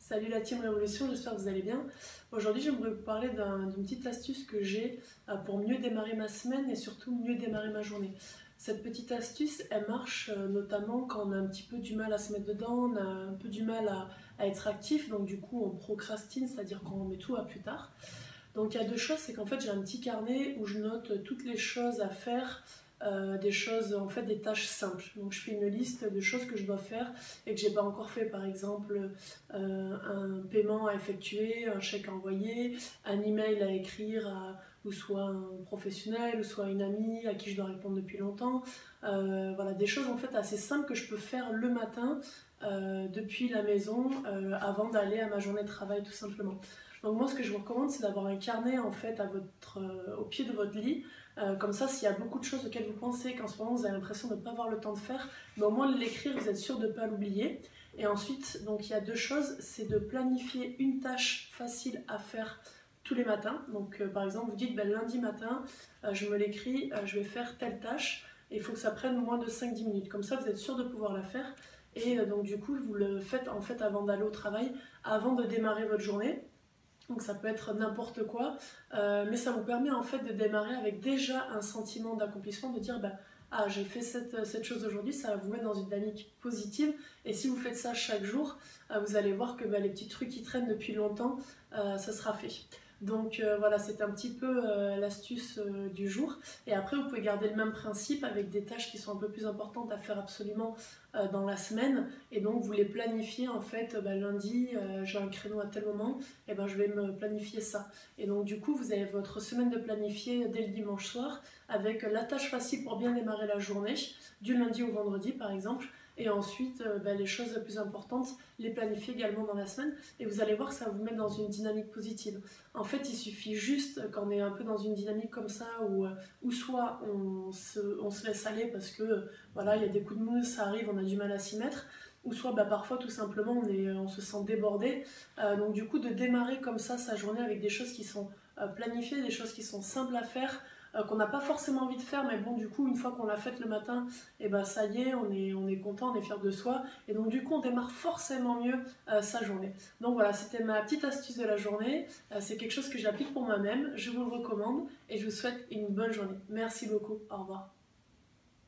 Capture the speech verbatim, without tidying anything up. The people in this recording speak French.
Salut la team Révolution, j'espère que vous allez bien. Aujourd'hui, j'aimerais vous parler d'un- d'une petite astuce que j'ai euh, pour mieux démarrer ma semaine et surtout mieux démarrer ma journée. Cette petite astuce, elle marche euh, notamment quand on a un petit peu du mal à se mettre dedans, on a un peu du mal à, à être actif, donc du coup on procrastine, c'est-à-dire qu'on met tout à plus tard. Donc il y a deux choses, c'est qu'en fait j'ai un petit carnet où je note toutes les choses à faire, euh, des choses, en fait des tâches simples. Donc je fais une liste de choses que je dois faire et que j'ai pas encore fait, par exemple euh, un paiement à effectuer, un chèque à envoyer, un email à écrire à, ou soit un professionnel, ou soit une amie à qui je dois répondre depuis longtemps. Euh, voilà, des choses en fait assez simples que je peux faire le matin euh, depuis la maison euh, avant d'aller à ma journée de travail tout simplement. Donc moi ce que je vous recommande c'est d'avoir un carnet en fait à votre, euh, au pied de votre lit. Euh, comme ça s'il y a beaucoup de choses auxquelles vous pensez qu'en ce moment vous avez l'impression de ne pas avoir le temps de faire, mais au moins de l'écrire, vous êtes sûr de ne pas l'oublier. Et ensuite donc il y a deux choses, c'est de planifier une tâche facile à faire tous les matins. Donc euh, par exemple vous dites ben, lundi matin euh, je me l'écris, euh, je vais faire telle tâche et il faut que ça prenne moins de cinq à dix minutes. Comme ça vous êtes sûr de pouvoir la faire et euh, donc du coup vous le faites en fait avant d'aller au travail, avant de démarrer votre journée. Donc ça peut être n'importe quoi, euh, mais ça vous permet en fait de démarrer avec déjà un sentiment d'accomplissement, de dire bah, ah j'ai fait cette, cette chose aujourd'hui, ça va vous mettre dans une dynamique positive. Et si vous faites ça chaque jour, euh, vous allez voir que bah, les petits trucs qui traînent depuis longtemps, euh, ça sera fait. Donc euh, voilà, c'est un petit peu euh, l'astuce euh, du jour. Et après, vous pouvez garder le même principe avec des tâches qui sont un peu plus importantes à faire absolument euh, dans la semaine. Et donc, vous les planifiez en fait, bah, lundi, euh, j'ai un créneau à tel moment, et ben je vais me planifier ça. Et donc, du coup, vous avez votre semaine de planifier dès le dimanche soir avec la tâche facile pour bien démarrer la journée, du lundi au vendredi par exemple. Et ensuite, euh, bah, les choses les plus importantes, les planifier également dans la semaine. Et vous allez voir que ça va vous mettre dans une dynamique positive. En fait, il suffit juste, quand on est un peu dans une dynamique comme ça, où, où soit on se, on se laisse aller parce que voilà, il y a des coups de mou, ça arrive, on a du mal à s'y mettre, ou soit bah, parfois tout simplement on, est, on se sent débordé. Euh, donc du coup, de démarrer comme ça sa journée avec des choses qui sont euh, planifiées, des choses qui sont simples à faire, euh, qu'on n'a pas forcément envie de faire, mais bon, du coup, une fois qu'on l'a faite le matin, et ben ça y est, on est, on est content, on est fier de soi, et donc du coup, on démarre forcément mieux euh, sa journée. Donc voilà, c'était ma petite astuce de la journée. Euh, c'est quelque chose que j'applique pour moi-même, je vous le recommande, et je vous souhaite une bonne journée. Merci beaucoup, au revoir.